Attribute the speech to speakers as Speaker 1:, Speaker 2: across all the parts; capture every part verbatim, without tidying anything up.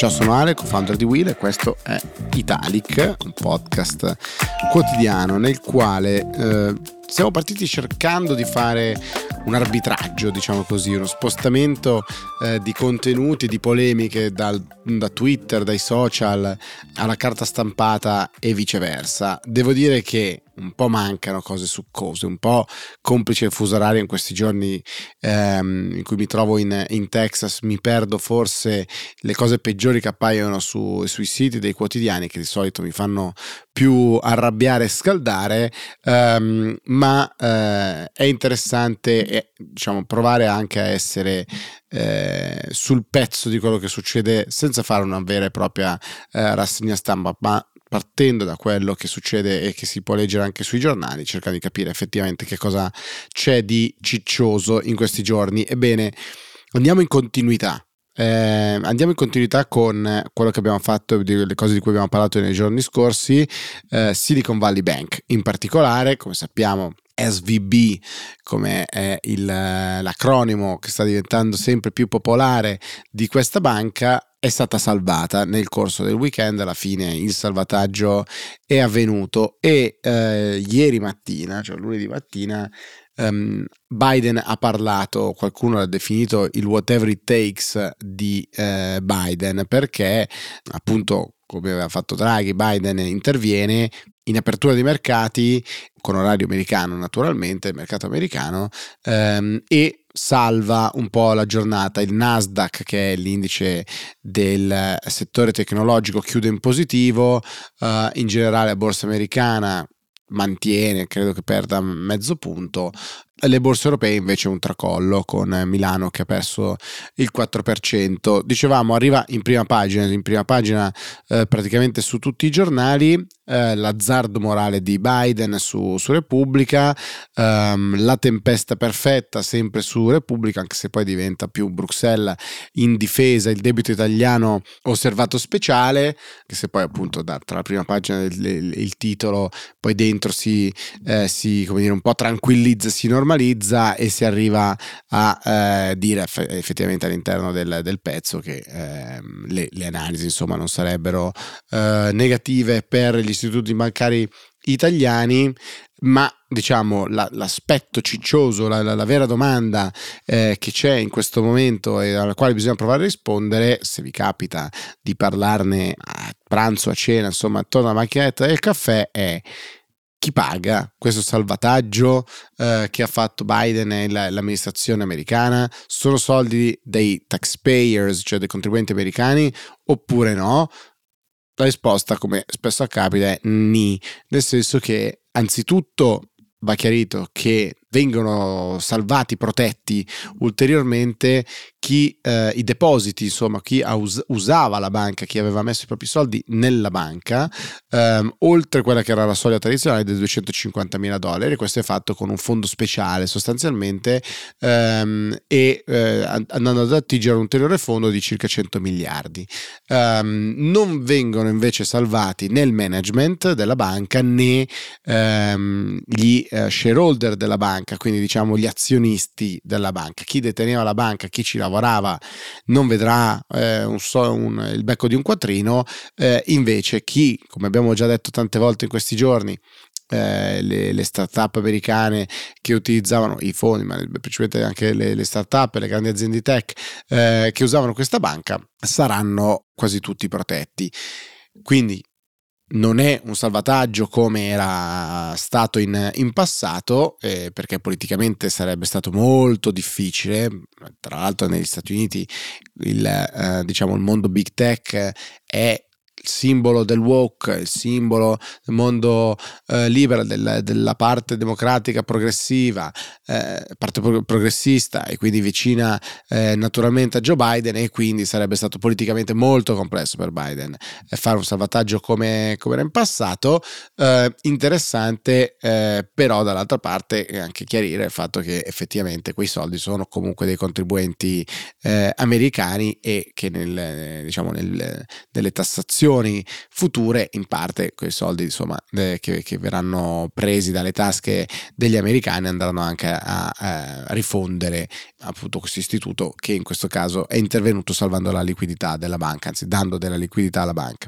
Speaker 1: Ciao, sono Ale, co-founder di Will, e questo è Italic, un podcast quotidiano nel quale eh, siamo partiti cercando di fare un arbitraggio, diciamo così, uno spostamento eh, di contenuti, di polemiche dal, da Twitter, dai social alla carta stampata e viceversa. Devo dire che un po' mancano cose succose, un po' complice il fuso orario in questi giorni ehm, in cui mi trovo in, in Texas. Mi perdo forse le cose peggiori che appaiono su, sui siti dei quotidiani, che di solito mi fanno più arrabbiare e scaldare, ehm, ma eh, è interessante eh, diciamo provare anche a essere eh, sul pezzo di quello che succede senza fare una vera e propria eh, rassegna stampa, ma partendo da quello che succede e che si può leggere anche sui giornali, cercando di capire effettivamente che cosa c'è di ciccioso in questi giorni. Ebbene, andiamo in continuità. Eh, andiamo in continuità con quello che abbiamo fatto, le cose di cui abbiamo parlato nei giorni scorsi. eh, Silicon Valley Bank in particolare, come sappiamo S V B, come è il, l'acronimo che sta diventando sempre più popolare di questa banca, è stata salvata nel corso del weekend. Alla fine il salvataggio è avvenuto e eh, ieri mattina, cioè lunedì mattina, um, Biden ha parlato, qualcuno l'ha definito il whatever it takes di eh, Biden, perché appunto, come aveva fatto Draghi, Biden interviene in apertura di mercati con orario americano, naturalmente, il mercato americano, ehm, e salva un po' la giornata. Il Nasdaq, che è l'indice del settore tecnologico, chiude in positivo, eh, in generale la borsa americana mantiene, credo che perda mezzo punto. Le borse europee invece un tracollo, con Milano che ha perso il quattro per cento. Dicevamo, arriva in prima pagina, in prima pagina eh, praticamente su tutti i giornali, eh, l'azzardo morale di Biden su, su Repubblica, ehm, la tempesta perfetta sempre su Repubblica, anche se poi diventa più Bruxelles in difesa, il debito italiano osservato speciale, che se poi appunto da, tra la prima pagina il, il, il titolo, poi dentro si, eh, si come dire, un po' tranquillizza, si normalizza e si arriva a eh, dire effettivamente all'interno del, del pezzo che eh, le, le analisi insomma non sarebbero eh, negative per gli istituti bancari italiani, ma diciamo la, l'aspetto ciccioso, la, la, la vera domanda eh, che c'è in questo momento e alla quale bisogna provare a rispondere, se vi capita di parlarne a pranzo, a cena, insomma attorno alla macchinetta del caffè, è: chi paga questo salvataggio eh, che ha fatto Biden e la, l'amministrazione americana? Sono soldi dei taxpayers, cioè dei contribuenti americani, oppure no? La risposta, come spesso accade, è ni, nel senso che anzitutto va chiarito che vengono salvati, protetti ulteriormente chi eh, i depositi, insomma chi us- usava la banca, chi aveva messo i propri soldi nella banca, ehm, oltre quella che era la soglia tradizionale dei duecentocinquantamila dollari. Questo è fatto con un fondo speciale sostanzialmente, ehm, e eh, andando ad attingere un ulteriore fondo di circa cento miliardi. Um, non vengono invece salvati né il management della banca né ehm, gli uh, shareholder della banca, quindi diciamo gli azionisti della banca. Chi deteneva la banca, chi ci lavorava, non vedrà eh, un so, un, il becco di un quattrino, eh, invece chi, come abbiamo già detto tante volte in questi giorni, Eh, le, le start-up americane che utilizzavano i fondi, ma principalmente anche le, le start-up, le grandi aziende di tech eh, che usavano questa banca, saranno quasi tutti protetti. Quindi non è un salvataggio come era stato in, in passato, eh, perché politicamente sarebbe stato molto difficile. Tra l'altro negli Stati Uniti il, eh, diciamo, il mondo big tech è il simbolo del woke, il simbolo del mondo eh, libero, del, della parte democratica progressiva, eh, parte pro- progressista, e quindi vicina eh, naturalmente a Joe Biden, e quindi sarebbe stato politicamente molto complesso per Biden eh, fare un salvataggio come, come era in passato. Eh, interessante eh, però dall'altra parte anche chiarire il fatto che effettivamente quei soldi sono comunque dei contribuenti eh, americani, e che nel, diciamo nel, nelle tassazioni inflazioni future, in parte quei soldi insomma eh, che, che verranno presi dalle tasche degli americani andranno anche a, a rifondere appunto questo istituto che in questo caso è intervenuto salvando la liquidità della banca, anzi dando della liquidità alla banca.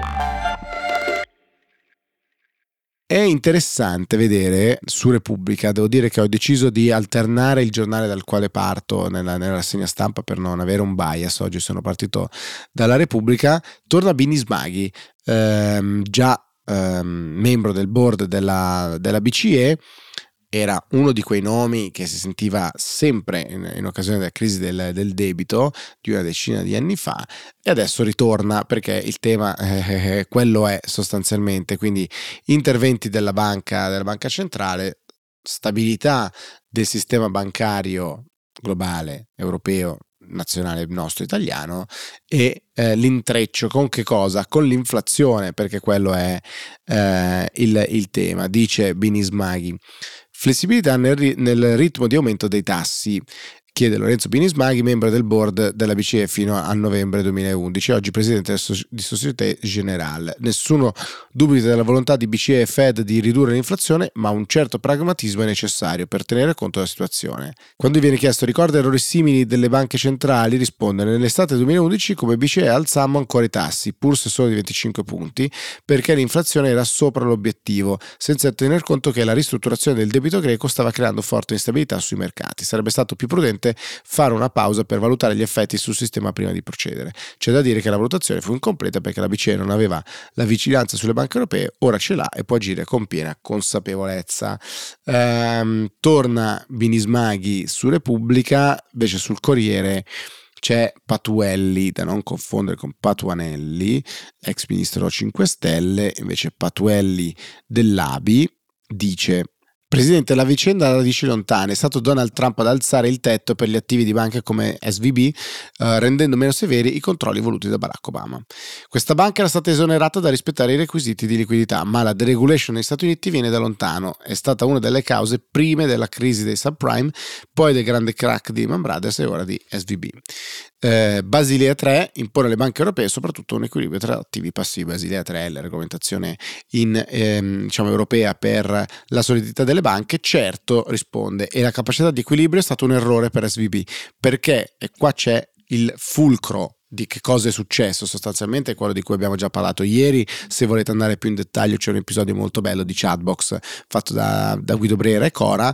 Speaker 1: È interessante vedere su Repubblica, devo dire che ho deciso di alternare il giornale dal quale parto nella, nella rassegna stampa per non avere un bias. Oggi sono partito dalla Repubblica. Torna Bini Smaghi, ehm, già ehm, membro del board della, della B C E. Era uno di quei nomi che si sentiva sempre in, in occasione della crisi del, del debito di una decina di anni fa, e adesso ritorna perché il tema eh, quello è sostanzialmente, quindi interventi della banca, della banca centrale, stabilità del sistema bancario globale, europeo, nazionale nostro italiano, e eh, l'intreccio con che cosa? Con l'inflazione, perché quello è eh, il, il tema. Dice Bini Smaghi: flessibilità nel, nel ritmo di aumento dei tassi, chiede Lorenzo Bini Smaghi, membro del board della B C E fino a novembre duemilaundici, oggi presidente di Société Générale. Nessuno dubita della volontà di B C E e Fed di ridurre l'inflazione, ma un certo pragmatismo è necessario per tenere conto della situazione. Quando viene chiesto ricorda errori simili delle banche centrali, risponde: nell'estate duemilaundici come B C E alzammo ancora i tassi, pur se solo di venticinque punti, perché l'inflazione era sopra l'obiettivo, senza tener conto che la ristrutturazione del debito greco stava creando forte instabilità sui mercati. Sarebbe stato più prudente fare una pausa per valutare gli effetti sul sistema prima di procedere. C'è da dire che la valutazione fu incompleta perché la B C E non aveva la vigilanza sulle banche europee, ora ce l'ha e può agire con piena consapevolezza. Ehm, torna Bini Smaghi su Repubblica, invece sul Corriere c'è Patuelli, da non confondere con Patuanelli, ex ministro cinque Stelle, invece Patuelli dell'A B I, dice: Presidente, la vicenda ha radici lontane. È stato Donald Trump ad alzare il tetto per gli attivi di banche come S V B, eh, rendendo meno severi i controlli voluti da Barack Obama. Questa banca era stata esonerata da rispettare i requisiti di liquidità, ma la deregulation negli Stati Uniti viene da lontano. È stata una delle cause prime della crisi dei subprime, poi del grande crack di Lehman Brothers e ora di S V B. Eh, Basilea tre impone alle banche europee soprattutto un equilibrio tra attivi passivi. Basilea tre è la regolamentazione in, ehm, diciamo, europea per la solidità delle banche. Certo, risponde, e la capacità di equilibrio è stato un errore per S V B, perché e qua c'è il fulcro di che cosa è successo, sostanzialmente è quello di cui abbiamo già parlato ieri. Se volete andare più in dettaglio c'è un episodio molto bello di Chatbox fatto da, da Guido Brera e Cora,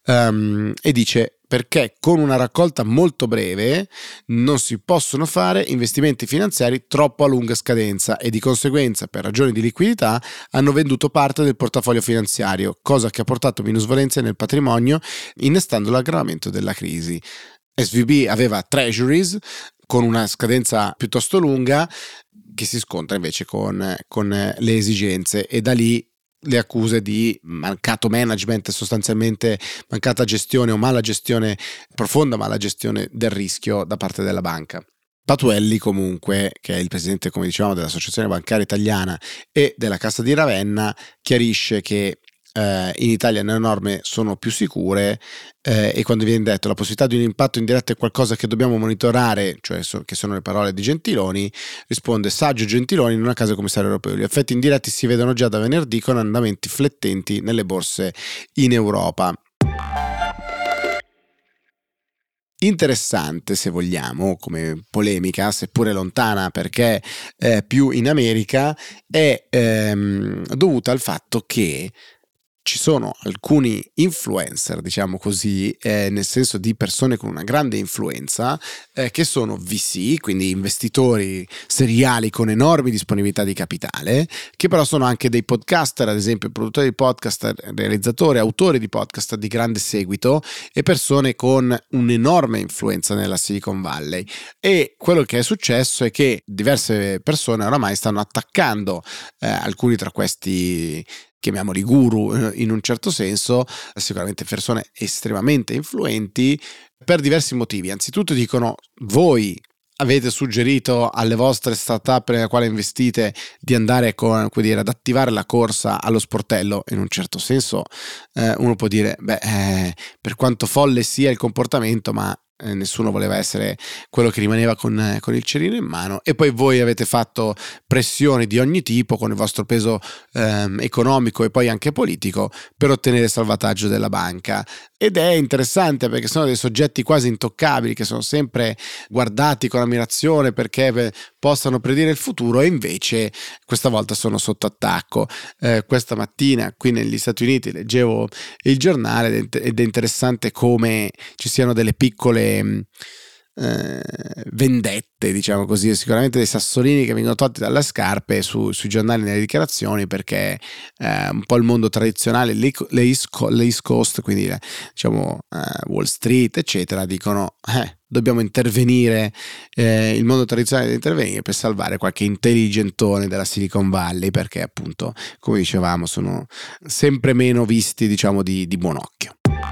Speaker 1: um, e dice perché con una raccolta molto breve non si possono fare investimenti finanziari troppo a lunga scadenza e di conseguenza per ragioni di liquidità hanno venduto parte del portafoglio finanziario, cosa che ha portato minusvalenze nel patrimonio innestando l'aggravamento della crisi. S V B aveva treasuries con una scadenza piuttosto lunga che si scontra invece con, con le esigenze, e da lì le accuse di mancato management, sostanzialmente mancata gestione o mala gestione, profonda mala gestione del rischio da parte della banca. Patuelli comunque, che è il presidente, come dicevamo, dell'Associazione Bancaria Italiana e della Cassa di Ravenna, chiarisce che eh, in Italia le norme sono più sicure, eh, e quando viene detto la possibilità di un impatto indiretto è qualcosa che dobbiamo monitorare, cioè so, che sono le parole di Gentiloni, risponde saggio Gentiloni in una casa commissario europeo. Gli effetti indiretti si vedono già da venerdì con andamenti flettenti nelle borse in Europa. Interessante, se vogliamo, come polemica, seppure lontana perché eh, più in America, è ehm, dovuta al fatto che ci sono alcuni influencer, diciamo così, eh, nel senso di persone con una grande influenza, eh, che sono V C, quindi investitori seriali con enormi disponibilità di capitale, che però sono anche dei podcaster, ad esempio produttori di podcast, realizzatori, autori di podcast di grande seguito e persone con un'enorme influenza nella Silicon Valley. E quello che è successo è che diverse persone oramai stanno attaccando eh, alcuni tra questi, chiamiamoli guru in un certo senso, sicuramente persone estremamente influenti per diversi motivi. Anzitutto dicono: voi avete suggerito alle vostre startup nella quale investite di andare con, come dire, ad attivare la corsa allo sportello. In un certo senso eh, uno può dire beh, eh, per quanto folle sia il comportamento, ma eh, nessuno voleva essere quello che rimaneva con, eh, con il cerino in mano, e poi voi avete fatto pressioni di ogni tipo con il vostro peso ehm, economico e poi anche politico per ottenere il salvataggio della banca. Ed è interessante perché sono dei soggetti quasi intoccabili che sono sempre guardati con ammirazione perché possano predire il futuro, e invece questa volta sono sotto attacco. Eh, questa mattina qui negli Stati Uniti leggevo il giornale ed è interessante come ci siano delle piccole eh, vendette, diciamo così, sicuramente dei sassolini che vengono tolti dalle scarpe su, sui giornali, nelle dichiarazioni, perché eh, un po' il mondo tradizionale, le, le, East, le East Coast, quindi diciamo eh, Wall Street eccetera, dicono eh, dobbiamo intervenire, eh, il mondo tradizionale deve intervenire per salvare qualche intelligentone della Silicon Valley, perché appunto, come dicevamo, sono sempre meno visti, diciamo, di, di buon occhio.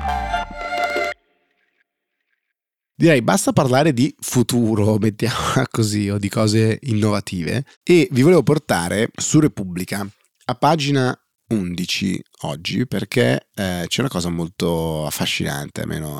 Speaker 1: Direi basta parlare di futuro, mettiamola così, o di cose innovative, e vi volevo portare su Repubblica a pagina undici oggi, perché eh, c'è una cosa molto affascinante, almeno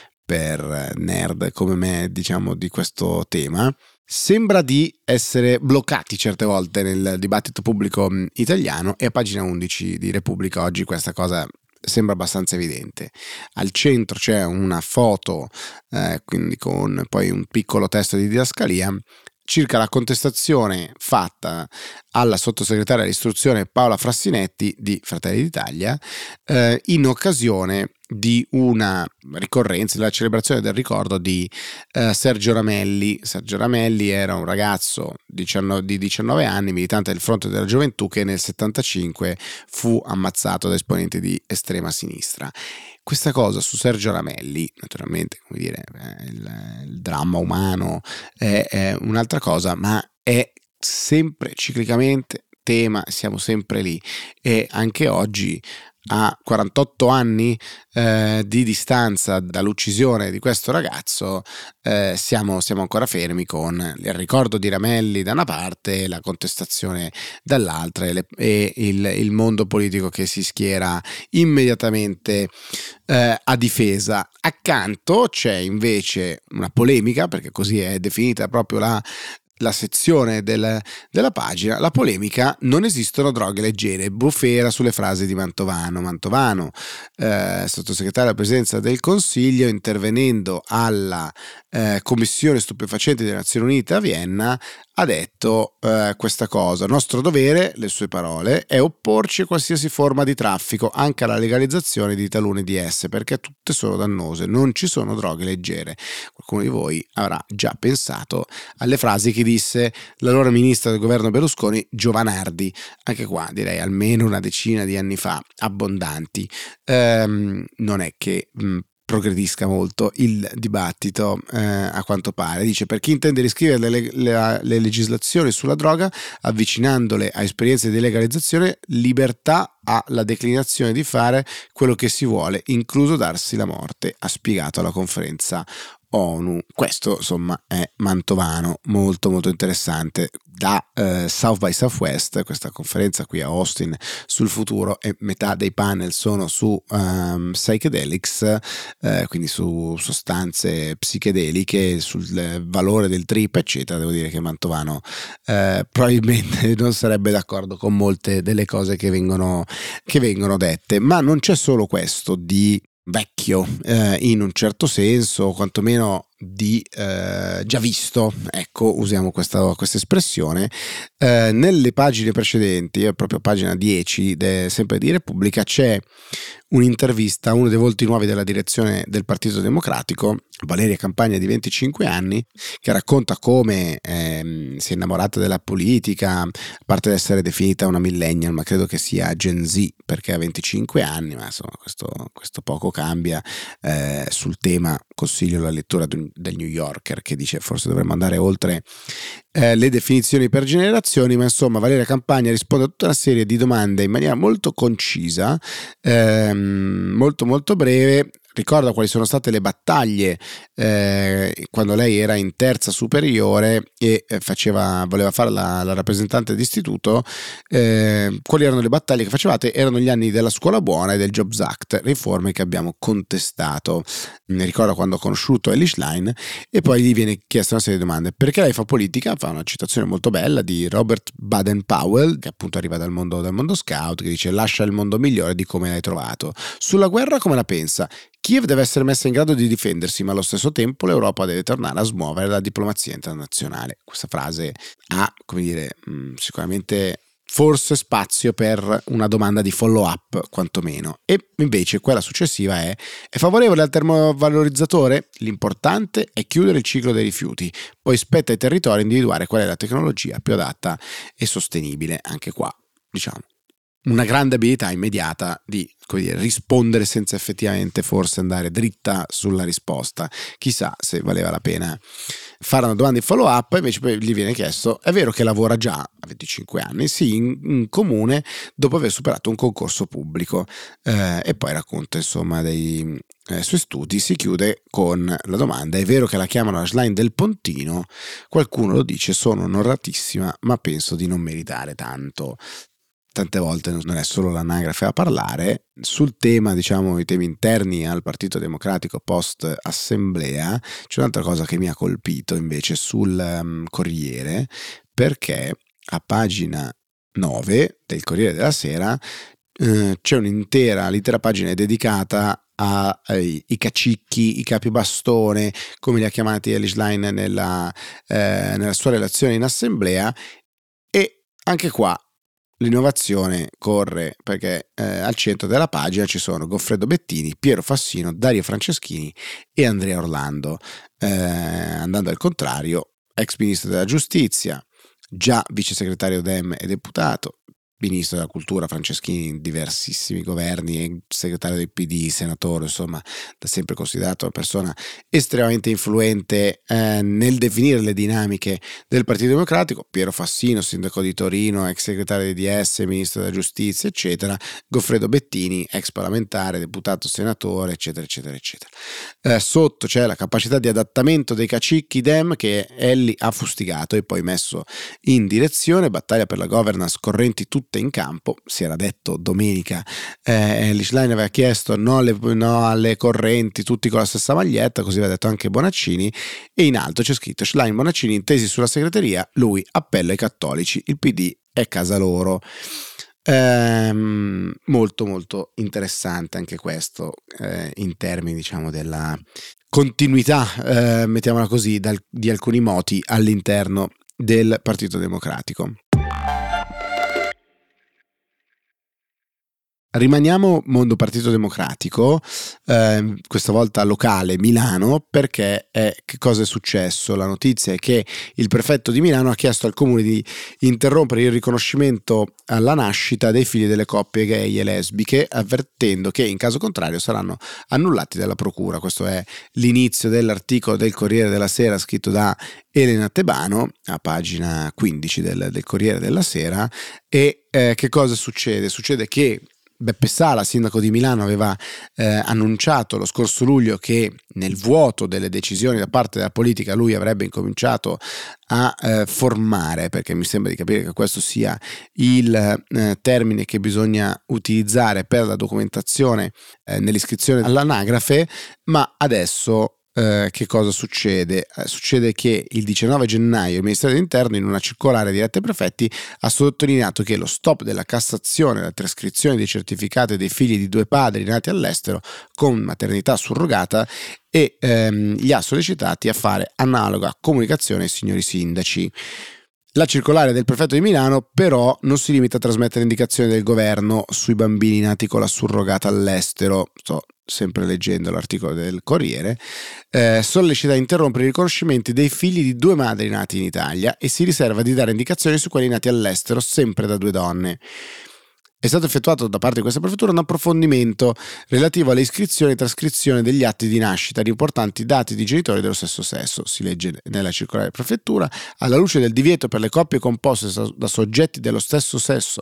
Speaker 1: per nerd come me, diciamo, di questo tema. Sembra di essere bloccati certe volte nel dibattito pubblico italiano, e a pagina undici di Repubblica oggi questa cosa sembra abbastanza evidente. Al centro c'è una foto, eh, quindi con poi un piccolo testo di didascalia circa la contestazione fatta alla sottosegretaria all'istruzione Paola Frassinetti di Fratelli d'Italia eh, in occasione di una ricorrenza, della celebrazione del ricordo di eh, Sergio Ramelli. Sergio Ramelli era un ragazzo diciannove, di diciannove anni, militante del Fronte della Gioventù, che nel settantacinque fu ammazzato da esponenti di estrema sinistra. Questa cosa su Sergio Ramelli, naturalmente, come dire, il, il dramma umano è, è un'altra cosa, ma è sempre ciclicamente tema, siamo sempre lì, e anche oggi, a quarantotto anni eh, di distanza dall'uccisione di questo ragazzo, eh, siamo, siamo ancora fermi con il ricordo di Ramelli da una parte, la contestazione dall'altra, e, le, e il, il mondo politico che si schiera immediatamente eh, a difesa. Accanto c'è invece una polemica, perché così è definita proprio la la sezione del, della pagina, la polemica: non esistono droghe leggere, bufera sulle frasi di Mantovano. Mantovano, eh, sottosegretario alla presidenza del Consiglio, intervenendo alla eh, Commissione Stupefacenti delle Nazioni Unite a Vienna, ha detto eh, questa cosa: il nostro dovere, le sue parole, è opporci a qualsiasi forma di traffico, anche alla legalizzazione di talune di esse, perché tutte sono dannose, non ci sono droghe leggere. Qualcuno di voi avrà già pensato alle frasi che disse l'allora ministro del governo Berlusconi, Giovanardi, anche qua direi almeno una decina di anni fa, abbondanti. Ehm, non è che mh, progredisca molto il dibattito, eh, a quanto pare. Dice: per chi intende riscrivere le, le, le legislazioni sulla droga avvicinandole a esperienze di legalizzazione, libertà ha la declinazione di fare quello che si vuole, incluso darsi la morte, ha spiegato alla conferenza ONU. Questo insomma è Mantovano, molto molto interessante, da eh, South by Southwest, questa conferenza qui a Austin sul futuro, e metà dei panel sono su um, psychedelics, eh, quindi su sostanze psichedeliche, sul valore del trip eccetera. Devo dire che Mantovano eh, probabilmente non sarebbe d'accordo con molte delle cose che vengono, che vengono dette, ma non c'è solo questo di vecchio, eh, in un certo senso, quantomeno di eh, già visto, ecco, usiamo questa, questa espressione. Eh, nelle pagine precedenti, proprio pagina dieci, de, sempre di Repubblica, c'è un'intervista a uno dei volti nuovi della direzione del Partito Democratico, Valeria Campagna, di venticinque anni, che racconta come ehm, si è innamorata della politica, a parte di essere definita una millennial, ma credo che sia Gen Z, perché ha venticinque anni, ma insomma questo, questo poco cambia. Eh, sul tema consiglio la lettura del New Yorker, che dice forse dovremmo andare oltre eh, le definizioni per generazioni, ma insomma Valeria Campagna risponde a tutta una serie di domande in maniera molto concisa, ehm, molto molto breve, ricorda quali sono state le battaglie eh, quando lei era in terza superiore e eh, faceva, voleva fare la, la rappresentante d'istituto, eh, quali erano le battaglie che facevate? Erano gli anni della scuola buona e del Jobs Act, riforme che abbiamo contestato. Mi ricordo quando ho conosciuto Elly Schlein e poi gli viene chiesta una serie di domande. Perché lei fa politica? Fa una citazione molto bella di Robert Baden-Powell, che appunto arriva dal mondo, dal mondo scout, che dice: lascia il mondo migliore di come l'hai trovato. Sulla guerra come la pensa? Kiev deve essere messa in grado di difendersi, ma allo stesso tempo l'Europa deve tornare a smuovere la diplomazia internazionale. Questa frase ha, come dire, mh, sicuramente forse spazio per una domanda di follow up, quantomeno. E invece quella successiva è: è favorevole al termovalorizzatore? L'importante è chiudere il ciclo dei rifiuti, poi spetta ai territori individuare qual è la tecnologia più adatta e sostenibile. Anche qua, diciamo, una grande abilità immediata di, come dire, rispondere senza effettivamente forse andare dritta sulla risposta. Chissà se valeva la pena fare una domanda di follow up. Invece poi gli viene chiesto: è vero che lavora già a venticinque anni? Sì, in, in comune, dopo aver superato un concorso pubblico, eh, e poi racconta insomma dei eh, suoi studi. Si chiude con la domanda: è vero che la chiamano la Schlein del Pontino? Qualcuno lo dice: sono onoratissima, ma penso di non meritare tanto. Tante volte non è solo l'anagrafe a parlare. Sul tema, diciamo, i temi interni al Partito Democratico post assemblea, c'è un'altra cosa che mi ha colpito invece sul um, Corriere, perché a pagina nove del Corriere della Sera eh, c'è un'intera, l'intera pagina è dedicata ai i cacicchi, i capibastone, come li ha chiamati Elly Schlein nella, eh, nella sua relazione in assemblea. E anche qua l'innovazione corre, perché eh, al centro della pagina ci sono Goffredo Bettini, Piero Fassino, Dario Franceschini e Andrea Orlando. Eh, andando al contrario, ex ministro della giustizia, già vice segretario Dem e deputato, ministro della cultura Franceschini in diversissimi governi e segretario del P D, senatore, insomma da sempre considerato una persona estremamente influente eh, nel definire le dinamiche del Partito Democratico. Piero Fassino, sindaco di Torino, ex segretario di D S, ministro della giustizia, eccetera. Goffredo Bettini, ex parlamentare, deputato, senatore, eccetera, eccetera, eccetera. Eh, sotto c'è la capacità di adattamento dei cacicchi Dem che Elly ha fustigato e poi messo in direzione. Battaglia per la governance, correnti tutte in campo, si era detto domenica. eh, Elly Schlein aveva chiesto no alle, no alle correnti, tutti con la stessa maglietta, così aveva detto anche Bonaccini, e in alto c'è scritto: Schlein, Bonaccini intesi sulla segreteria, lui appella ai cattolici, il P D è casa loro. Ehm, molto molto interessante anche questo, eh, in termini, diciamo, della continuità, eh, mettiamola così, dal, di alcuni moti all'interno del Partito Democratico. Rimaniamo mondo Partito Democratico, eh, questa volta locale, Milano, perché è, che cosa è successo? La notizia è che il prefetto di Milano ha chiesto al comune di interrompere il riconoscimento alla nascita dei figli delle coppie gay e lesbiche, avvertendo che in caso contrario saranno annullati dalla procura. Questo è l'inizio dell'articolo del Corriere della Sera scritto da Elena Tebano, a pagina quindici del, del Corriere della Sera. E eh, che cosa succede? Succede che Beppe Sala, sindaco di Milano, aveva eh, annunciato lo scorso luglio che nel vuoto delle decisioni da parte della politica lui avrebbe incominciato a eh, formare, perché mi sembra di capire che questo sia il eh, termine che bisogna utilizzare per la documentazione eh, nell'iscrizione all'anagrafe. Ma adesso Uh, che cosa succede? Uh, succede che il diciannove gennaio il Ministero dell'Interno, in una circolare diretta ai prefetti, ha sottolineato che lo stop della Cassazione, la trascrizione dei certificati dei figli di due padri nati all'estero con maternità surrogata, e um, li ha sollecitati a fare analoga comunicazione ai signori sindaci. La circolare del prefetto di Milano però non si limita a trasmettere indicazioni del governo sui bambini nati con la surrogata all'estero. Sto sempre leggendo l'articolo del Corriere. Eh, sollecita a interrompere i riconoscimenti dei figli di due madri nati in Italia e si riserva di dare indicazioni su quelli nati all'estero sempre da due donne. È stato effettuato da parte di questa prefettura un approfondimento relativo alle iscrizioni e trascrizione degli atti di nascita di importanti dati di genitori dello stesso sesso, si legge nella circolare prefettura. Alla luce del divieto per le coppie composte da soggetti dello stesso sesso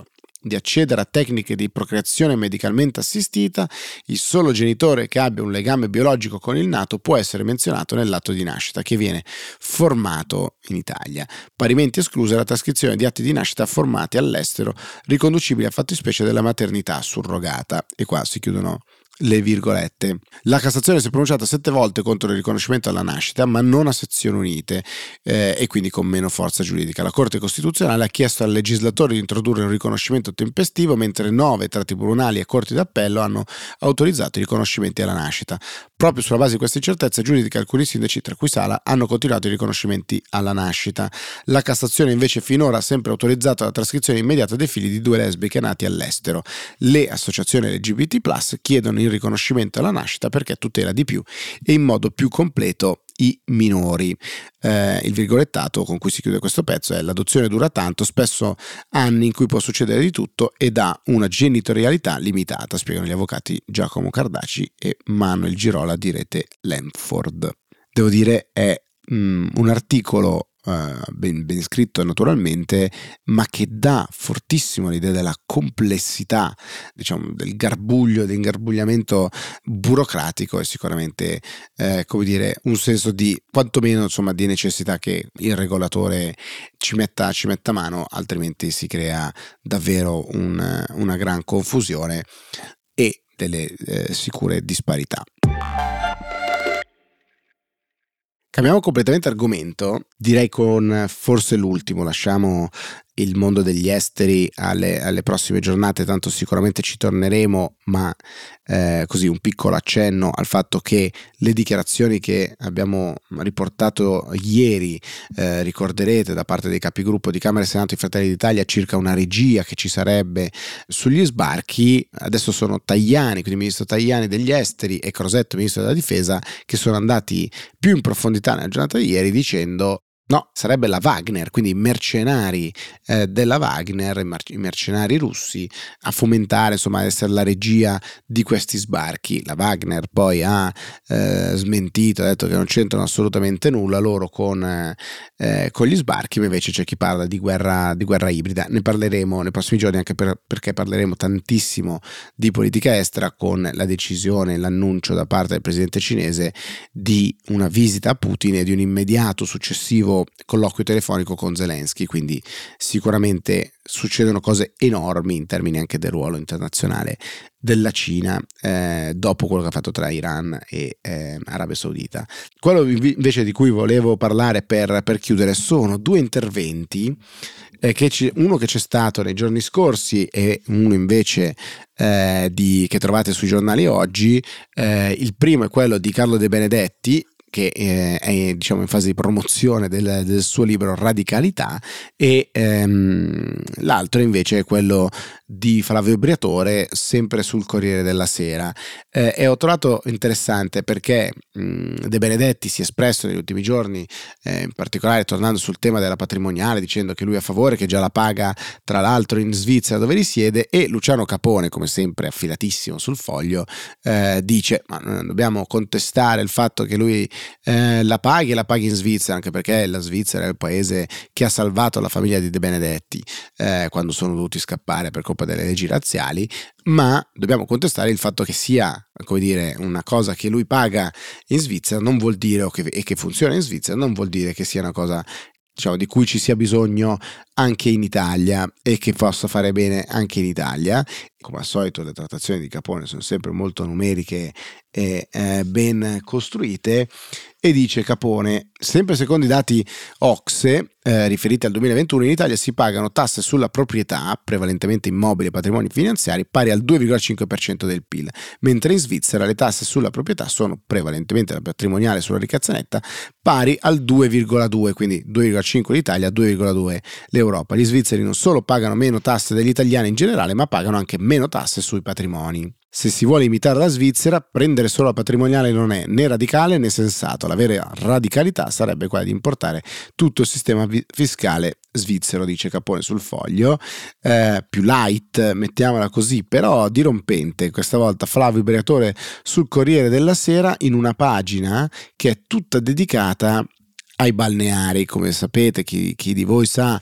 Speaker 1: di accedere a tecniche di procreazione medicalmente assistita, il solo genitore che abbia un legame biologico con il nato può essere menzionato nell'atto di nascita che viene formato in Italia. Parimenti esclusa la trascrizione di atti di nascita formati all'estero riconducibili a fattispecie della maternità surrogata. E qua si chiudono le virgolette. La Cassazione si è pronunciata sette volte contro il riconoscimento alla nascita, ma non a sezioni unite eh, e quindi con meno forza giuridica. La Corte Costituzionale ha chiesto al legislatore di introdurre un riconoscimento tempestivo, mentre nove tra tribunali e corti d'appello hanno autorizzato i riconoscimenti alla nascita. Proprio sulla base di questa incertezza giuridica, alcuni sindaci, tra cui Sala, hanno continuato i riconoscimenti alla nascita. La Cassazione invece finora ha sempre autorizzato la trascrizione immediata dei figli di due lesbiche nati all'estero. Le associazioni L G B T plus chiedono il riconoscimento alla nascita perché tutela di più e in modo più completo i minori. Eh, il virgolettato con cui si chiude questo pezzo è: l'adozione dura tanto, spesso anni in cui può succedere di tutto ed ha una genitorialità limitata, spiegano gli avvocati Giacomo Cardaci e Manuel Girola di Rete Lemford. Devo dire è mm, un articolo Uh, ben, ben scritto naturalmente, ma che dà fortissimo l'idea della complessità, diciamo, del garbuglio, dell'ingarbugliamento burocratico e sicuramente eh, come dire, un senso di quantomeno insomma di necessità che il regolatore ci metta, ci metta mano, altrimenti si crea davvero un, una gran confusione e delle eh, sicure disparità. Cambiamo completamente argomento, direi con forse l'ultimo, lasciamo il mondo degli esteri alle, alle prossime giornate, tanto sicuramente ci torneremo, ma eh, così un piccolo accenno al fatto che le dichiarazioni che abbiamo riportato ieri, eh, ricorderete, da parte dei capigruppo di Camera e Senato di Fratelli d'Italia circa una regia che ci sarebbe sugli sbarchi, adesso sono Tajani, quindi il ministro Tajani degli esteri, e Crosetto, ministro della difesa, che sono andati più in profondità nella giornata di ieri dicendo: no, sarebbe la Wagner, quindi i mercenari eh, della Wagner, i, mar- i mercenari russi, a fomentare, insomma, a essere la regia di questi sbarchi. La Wagner poi ha eh, smentito, ha detto che non c'entrano assolutamente nulla loro con, eh, con gli sbarchi, ma invece c'è chi parla di guerra, di guerra ibrida. Ne parleremo nei prossimi giorni, anche per, perché parleremo tantissimo di politica estera con la decisione, l'annuncio da parte del presidente cinese di una visita a Putin e di un immediato successivo colloquio telefonico con Zelensky, quindi sicuramente succedono cose enormi in termini anche del ruolo internazionale della Cina eh, dopo quello che ha fatto tra Iran e eh, Arabia Saudita. Quello invece di cui volevo parlare per, per chiudere sono due interventi, eh, che ci, uno che c'è stato nei giorni scorsi e uno invece eh, di, che trovate sui giornali oggi. Eh, il primo è quello di Carlo De Benedetti, che eh, è diciamo in fase di promozione del, del suo libro Radicalità, e ehm, l'altro invece è quello di Flavio Briatore, sempre sul Corriere della Sera. Eh, e ho trovato interessante perché mh, De Benedetti si è espresso negli ultimi giorni, eh, in particolare tornando sul tema della patrimoniale, dicendo che lui è a favore, che già la paga tra l'altro in Svizzera dove risiede, e Luciano Capone, come sempre affilatissimo sul Foglio, eh, dice: ma non dobbiamo contestare il fatto che lui Eh, la paghi e la paghi in Svizzera, anche perché la Svizzera è il paese che ha salvato la famiglia di De Benedetti eh, quando sono dovuti scappare per colpa delle leggi razziali, ma dobbiamo contestare il fatto che sia, come dire, una cosa che lui paga in Svizzera non vuol dire, o che, e che funziona in Svizzera non vuol dire che sia una cosa, diciamo, di cui ci sia bisogno anche in Italia e che possa fare bene anche in Italia. Come al solito le trattazioni di Capone sono sempre molto numeriche e eh, ben costruite, e dice Capone: sempre secondo i dati O C S E eh, riferiti al duemilaventuno, in Italia si pagano tasse sulla proprietà, prevalentemente immobili e patrimoni finanziari, pari al due virgola cinque per cento del P I L, mentre in Svizzera le tasse sulla proprietà sono prevalentemente la patrimoniale sulla ricchezza netta, pari al due virgola due, quindi due virgola cinque l'Italia, due virgola due l'Europa. Gli svizzeri non solo pagano meno tasse degli italiani in generale, ma pagano anche meno tasse sui patrimoni. Se si vuole imitare la Svizzera, prendere solo la patrimoniale non è né radicale né sensato. La vera radicalità sarebbe quella di importare tutto il sistema fiscale svizzero, dice Capone sul Foglio. Eh, più light, mettiamola così, però dirompente questa volta Flavio Briatore sul Corriere della Sera, in una pagina che è tutta dedicata ai balneari. Come sapete, chi, chi di voi sa,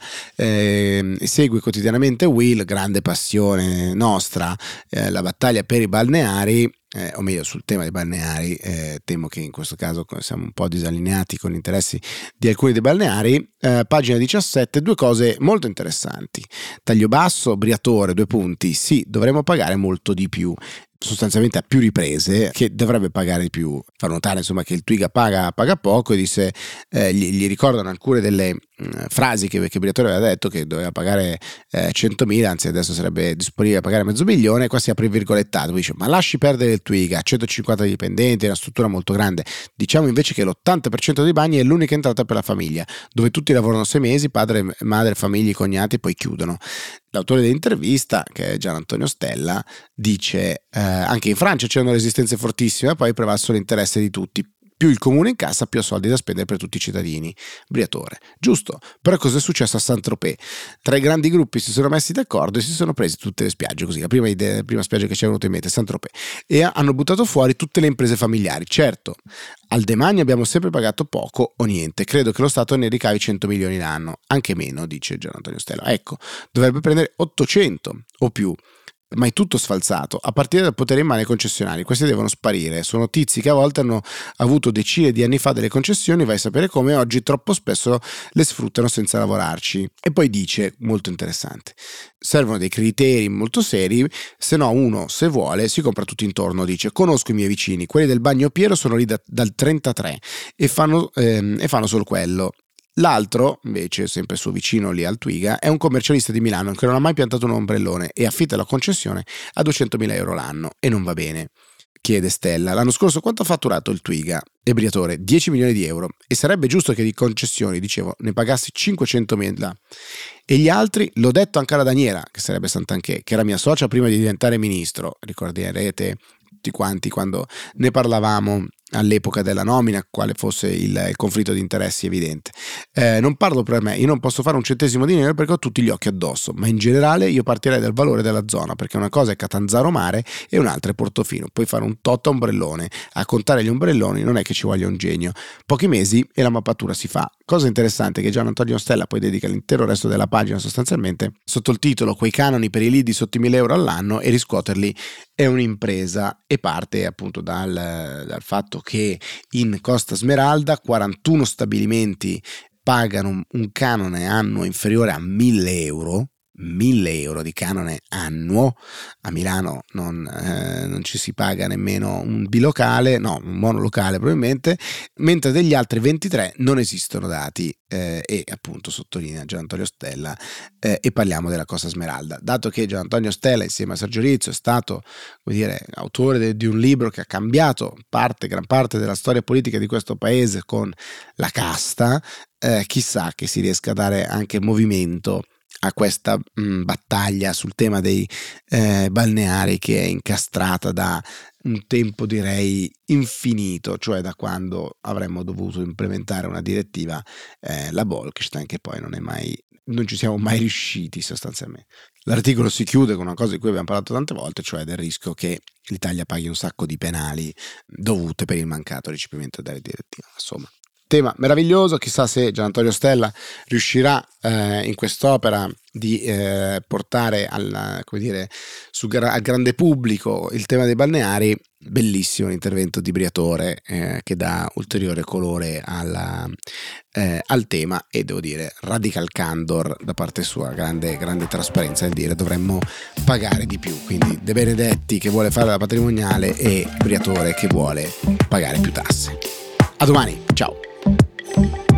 Speaker 1: eh, segue quotidianamente Will, grande passione nostra, eh, la battaglia per i balneari. Eh, o meglio sul tema dei balneari, eh, temo che in questo caso siamo un po' disallineati con gli interessi di alcuni dei balneari. Eh, pagina diciassette, due cose molto interessanti: taglio basso, Briatore, due punti, sì, dovremmo pagare molto di più, sostanzialmente a più riprese, che dovrebbe pagare di più. Fa notare insomma che il Twiga paga, paga poco, e disse, eh, gli, gli ricordano alcune delle mh, frasi che, che Briatore aveva detto, che doveva pagare eh, centomila, anzi adesso sarebbe disponibile a pagare mezzo milione. Qua si apre il virgolettato, dice: ma lasci perdere il Twiga, ha centocinquanta dipendenti, è una struttura molto grande, diciamo invece che l'ottanta per cento dei bagni è l'unica entrata per la famiglia, dove tutti lavorano sei mesi, padre, madre, figli, cognati, e poi chiudono. L'autore dell'intervista, che è Gian Antonio Stella, dice eh, anche in Francia c'erano resistenze fortissime, poi è prevalso l'interesse di tutti. Più il comune incassa, più ha soldi da spendere per tutti i cittadini. Briatore. Giusto, però cosa è successo a Saint-Tropez? Tre grandi gruppi si sono messi d'accordo e si sono presi tutte le spiagge, così la prima, idea, la prima spiaggia che ci è venuta in mente è Saint-Tropez, e hanno buttato fuori tutte le imprese familiari. Certo, al demanio abbiamo sempre pagato poco o niente, credo che lo Stato ne ricavi cento milioni l'anno, anche meno, dice Gian Antonio Stella. Ecco, dovrebbe prendere ottocento o più. Ma è tutto sfalsato, a partire dal potere in mano ai concessionari. Questi devono sparire, sono tizi che a volte hanno avuto decine di anni fa delle concessioni, vai a sapere come, oggi troppo spesso le sfruttano senza lavorarci. E poi dice, molto interessante, servono dei criteri molto seri, se no uno, se vuole, si compra tutto intorno. Dice: conosco i miei vicini, quelli del Bagno Piero sono lì da, dal trentatré e fanno, ehm, e fanno solo quello. L'altro, invece, sempre suo vicino lì al Twiga, è un commercialista di Milano che non ha mai piantato un ombrellone e affitta la concessione a duecentomila euro l'anno, e non va bene. Chiede Stella: l'anno scorso quanto ha fatturato il Twiga? E Briatore: dieci milioni di euro, e sarebbe giusto che di concessioni, dicevo, ne pagassi cinquecentomila. E gli altri? L'ho detto anche alla Daniela, che sarebbe Santanchè, che era mia socia prima di diventare ministro, ricorderete tutti quanti quando ne parlavamo all'epoca della nomina, quale fosse il, il conflitto di interessi evidente. Eh, non parlo per me, io non posso fare un centesimo di nero perché ho tutti gli occhi addosso, ma in generale io partirei dal valore della zona, perché una cosa è Catanzaro Mare e un'altra è Portofino. Puoi fare un tot a ombrellone, a contare gli ombrelloni non è che ci voglia un genio, pochi mesi e la mappatura si fa. Cosa interessante che Gian Antonio Stella poi dedica l'intero resto della pagina sostanzialmente sotto il titolo: quei canoni per i lead di sotto i mille euro all'anno, e riscuoterli è un'impresa, e parte appunto dal, dal fatto che in Costa Smeralda quarantuno stabilimenti pagano un canone annuo inferiore a mille euro. mille euro di canone annuo. A Milano non, eh, non ci si paga nemmeno un bilocale, no, un monolocale probabilmente, mentre degli altri ventitré non esistono dati, eh, e appunto sottolinea Gian Antonio Stella, eh, e parliamo della Costa Smeralda. Dato che Gian Antonio Stella insieme a Sergio Rizzo è stato, come dire, autore de, di un libro che ha cambiato parte, gran parte della storia politica di questo paese con la casta, eh, chissà che si riesca a dare anche movimento a questa mh, battaglia sul tema dei eh, balneari, che è incastrata da un tempo direi infinito, cioè da quando avremmo dovuto implementare una direttiva, eh, la Bolkestein, che poi non è mai, non ci siamo mai riusciti sostanzialmente. L'articolo si chiude con una cosa di cui abbiamo parlato tante volte, cioè del rischio che l'Italia paghi un sacco di penali dovute per il mancato recepimento della direttiva. Insomma, tema meraviglioso, chissà se Gian Antonio Stella riuscirà eh, in quest'opera di eh, portare al, come dire, su, al grande pubblico il tema dei balneari. Bellissimo l'intervento di Briatore, eh, che dà ulteriore colore alla, eh, al tema, e devo dire radical candor da parte sua, grande, grande trasparenza nel dire dovremmo pagare di più. Quindi De Benedetti che vuole fare la patrimoniale e Briatore che vuole pagare più tasse. A domani, ciao.